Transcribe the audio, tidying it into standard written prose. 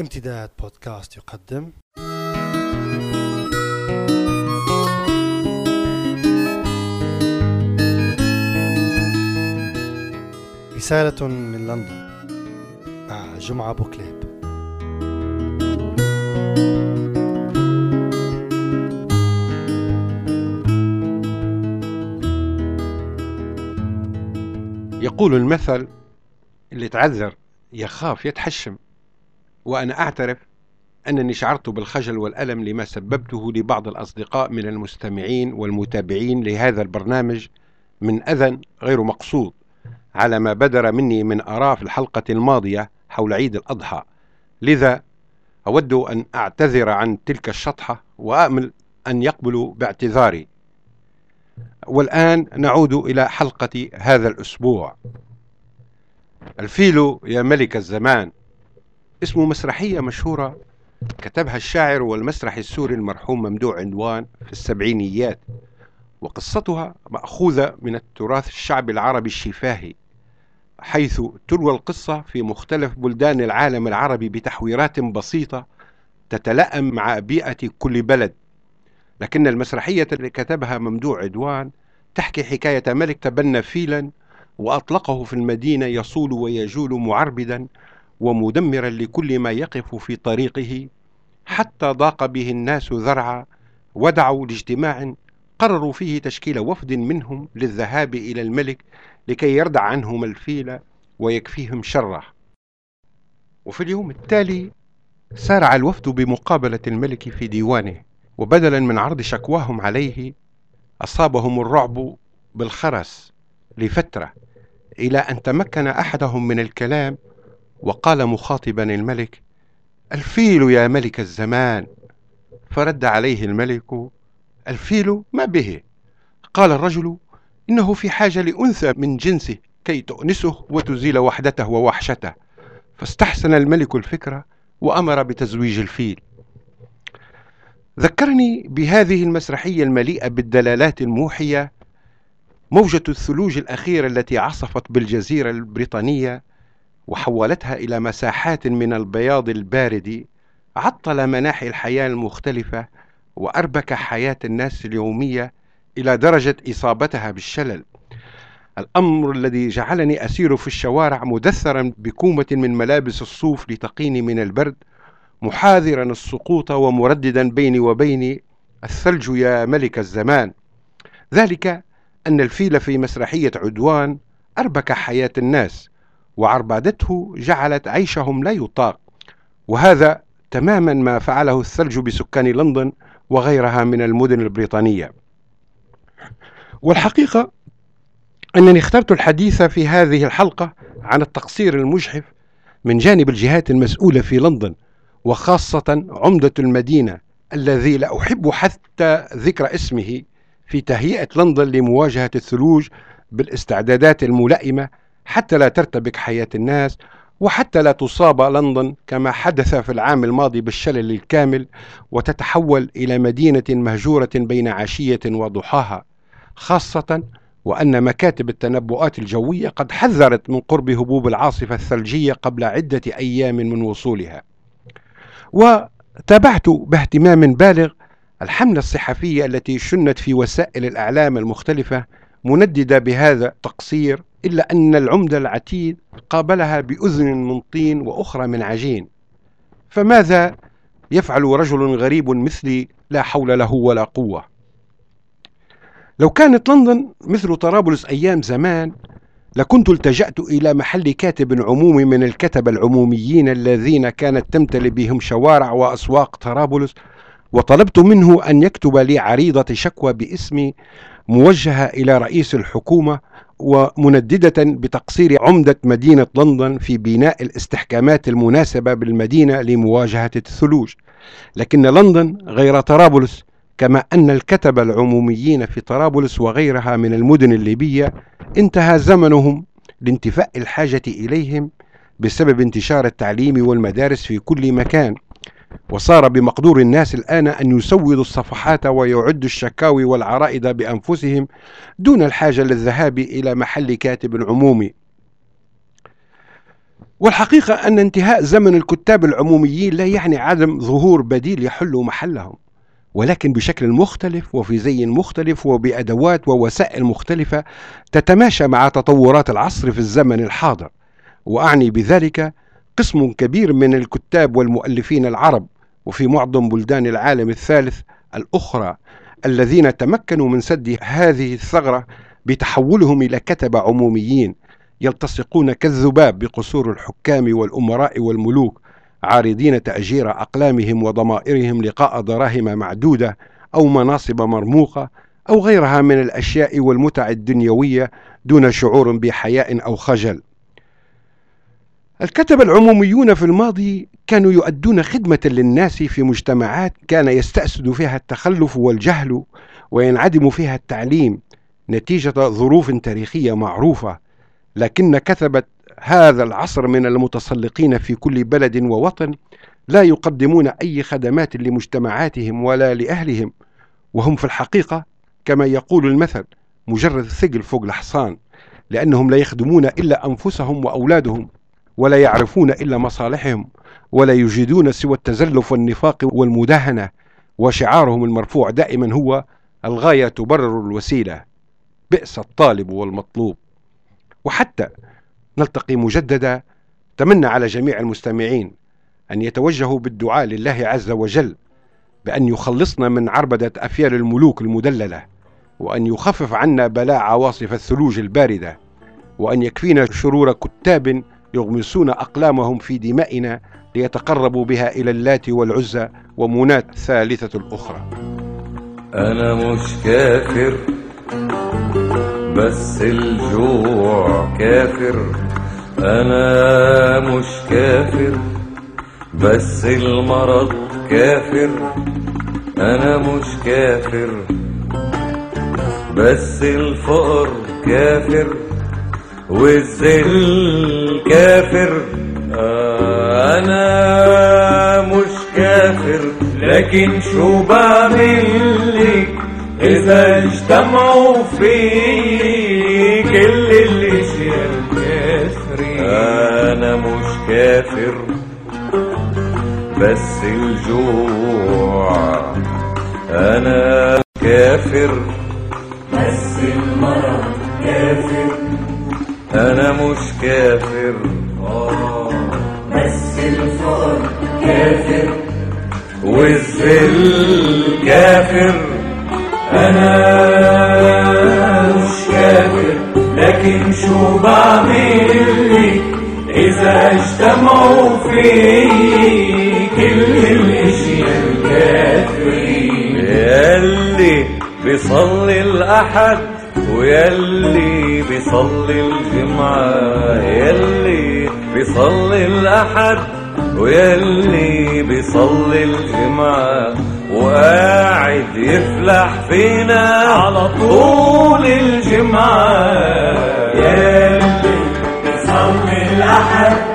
امتداد بودكاست يقدم رسالة من لندن مع جمعة بوكليب. يقول المثل: اللي تعذر يخاف يتحشم. وأنا أعترف أنني شعرت بالخجل والألم لما سببته لبعض الأصدقاء من المستمعين والمتابعين لهذا البرنامج من أذى غير مقصود على ما بدر مني من آراء في الحلقة الماضية حول عيد الأضحى. لذا أود أن أعتذر عن تلك الشطحة وأأمل أن يقبلوا باعتذاري. والآن نعود إلى حلقة هذا الأسبوع. الفيل يا ملك الزمان اسم مسرحية مشهورة كتبها الشاعر والمسرحي السوري المرحوم ممدوح عدوان في السبعينيات، وقصتها مأخوذة من التراث الشعبي العربي الشفاهي، حيث تروى القصة في مختلف بلدان العالم العربي بتحويرات بسيطة تتلائم مع بيئة كل بلد. لكن المسرحية اللي كتبها ممدوح عدوان تحكي حكاية ملك تبنى فيلا وأطلقه في المدينة يصول ويجول معربدا ومدمرا لكل ما يقف في طريقه، حتى ضاق به الناس ذرعا ودعوا لاجتماع قرروا فيه تشكيل وفد منهم للذهاب إلى الملك لكي يردع عنهم الفيل ويكفيهم شره. وفي اليوم التالي سارع الوفد بمقابلة الملك في ديوانه، وبدلا من عرض شكواهم عليه أصابهم الرعب بالخرس لفترة، إلى أن تمكن أحدهم من الكلام وقال مخاطبا الملك: الفيل يا ملك الزمان. فرد عليه الملك: الفيل ما به؟ قال الرجل: إنه في حاجة لأنثى من جنسه كي تؤنسه وتزيل وحدته ووحشته. فاستحسن الملك الفكرة وأمر بتزويج الفيل. ذكرني بهذه المسرحية المليئة بالدلالات الموحية موجة الثلوج الأخيرة التي عصفت بالجزيرة البريطانية وحولتها إلى مساحات من البياض البارد، عطل مناحي الحياة المختلفة وأربك حياة الناس اليومية إلى درجة إصابتها بالشلل، الأمر الذي جعلني أسير في الشوارع مدثرا بكومة من ملابس الصوف لتقيني من البرد، محاذرا السقوط ومرددا بيني وبيني: الثلج يا ملك الزمان. ذلك أن الفيل في مسرحية عدوان أربك حياة الناس، وعربادته جعلت عيشهم لا يطاق، وهذا تماما ما فعله الثلج بسكان لندن وغيرها من المدن البريطانية. والحقيقة أنني اخترت الحديث في هذه الحلقة عن التقصير المجحف من جانب الجهات المسؤولة في لندن، وخاصة عمدة المدينة الذي لا أحب حتى ذكر اسمه، في تهيئة لندن لمواجهة الثلوج بالاستعدادات الملائمة حتى لا ترتبك حياة الناس، وحتى لا تصاب لندن كما حدث في العام الماضي بالشلل الكامل وتتحول إلى مدينة مهجورة بين عشية وضحاها، خاصة وأن مكاتب التنبؤات الجوية قد حذرت من قرب هبوب العاصفة الثلجية قبل عدة أيام من وصولها. وتابعت باهتمام بالغ الحملة الصحفية التي شنت في وسائل الإعلام المختلفة منددة بهذا التقصير، إلا أن العمدة العتيد قابلها بأذن من طين وأخرى من عجين. فماذا يفعل رجل غريب مثلي لا حول له ولا قوة؟ لو كانت لندن مثل طرابلس أيام زمان لكنت التجأت إلى محل كاتب عمومي من الكتبة العموميين الذين كانت تمتلئ بهم شوارع وأسواق طرابلس، وطلبت منه أن يكتب لي عريضة شكوى باسمي موجهة إلى رئيس الحكومة ومنددة بتقصير عمدة مدينة لندن في بناء الاستحكامات المناسبة بالمدينة لمواجهة الثلوج. لكن لندن غير طرابلس، كما أن الكتبة العموميين في طرابلس وغيرها من المدن الليبية انتهى زمنهم لانتفاء الحاجة إليهم بسبب انتشار التعليم والمدارس في كل مكان، وصار بمقدور الناس الآن أن يسودوا الصفحات ويعدوا الشكاوي والعرائض بأنفسهم دون الحاجة للذهاب إلى محل كاتب عمومي. والحقيقة أن انتهاء زمن الكتاب العموميين لا يعني عدم ظهور بديل يحل محلهم، ولكن بشكل مختلف وفي زي مختلف وبأدوات ووسائل مختلفة تتماشى مع تطورات العصر في الزمن الحاضر. وأعني بذلك قسم كبير من الكتاب والمؤلفين العرب وفي معظم بلدان العالم الثالث الأخرى الذين تمكنوا من سد هذه الثغرة بتحولهم إلى كتبة عموميين يلتصقون كالذباب بقصور الحكام والأمراء والملوك، عارضين تأجير أقلامهم وضمائرهم لقاء دراهم معدودة أو مناصب مرموقة أو غيرها من الأشياء والمتع الدنيوية دون شعور بحياء أو خجل. الكتبة العموميون في الماضي كانوا يؤدون خدمة للناس في مجتمعات كان يستأسد فيها التخلف والجهل وينعدم فيها التعليم نتيجة ظروف تاريخية معروفة، لكن كتبة هذا العصر من المتسلقين في كل بلد ووطن لا يقدمون أي خدمات لمجتمعاتهم ولا لأهلهم، وهم في الحقيقة كما يقول المثل مجرد ثقل فوق الحصان، لأنهم لا يخدمون إلا أنفسهم وأولادهم ولا يعرفون إلا مصالحهم ولا يجدون سوى التزلف والنفاق والمداهنة، وشعارهم المرفوع دائما هو الغاية تبرر الوسيلة، بئس الطالب والمطلوب. وحتى نلتقي مجددا تمنى على جميع المستمعين أن يتوجهوا بالدعاء لله عز وجل بأن يخلصنا من عربدة أفيال الملوك المدللة، وأن يخفف عنا بلاء عواصف الثلوج الباردة، وأن يكفينا شرور كتاب يغمسون أقلامهم في دمائنا ليتقربوا بها إلى اللات والعزى ومناة الثالثة الأخرى. أنا مش كافر بس الجوع كافر، أنا مش كافر بس المرض كافر، أنا مش كافر بس الفقر كافر والذل كافر. أنا مش كافر لكن شو بعمل إذا اجتمعوا في كل الاشياء الكافرين. أنا مش كافر بس الجوع، أنا كافر بس المرض كافر، أنا مش كافر بس الفقر كافر والذل كافر. أنا مش كافر لكن شو بعمل إذا اجتمعوا في كل الاشياء الكافرين. ياللي بيصلي الأحد وياللي بيصلي الجمعة، ياللي بيصلي الأحد وياللي بيصلي الجمعة، وقاعد يفلح فينا على طول الجمعة. ياللي بيصلي الأحد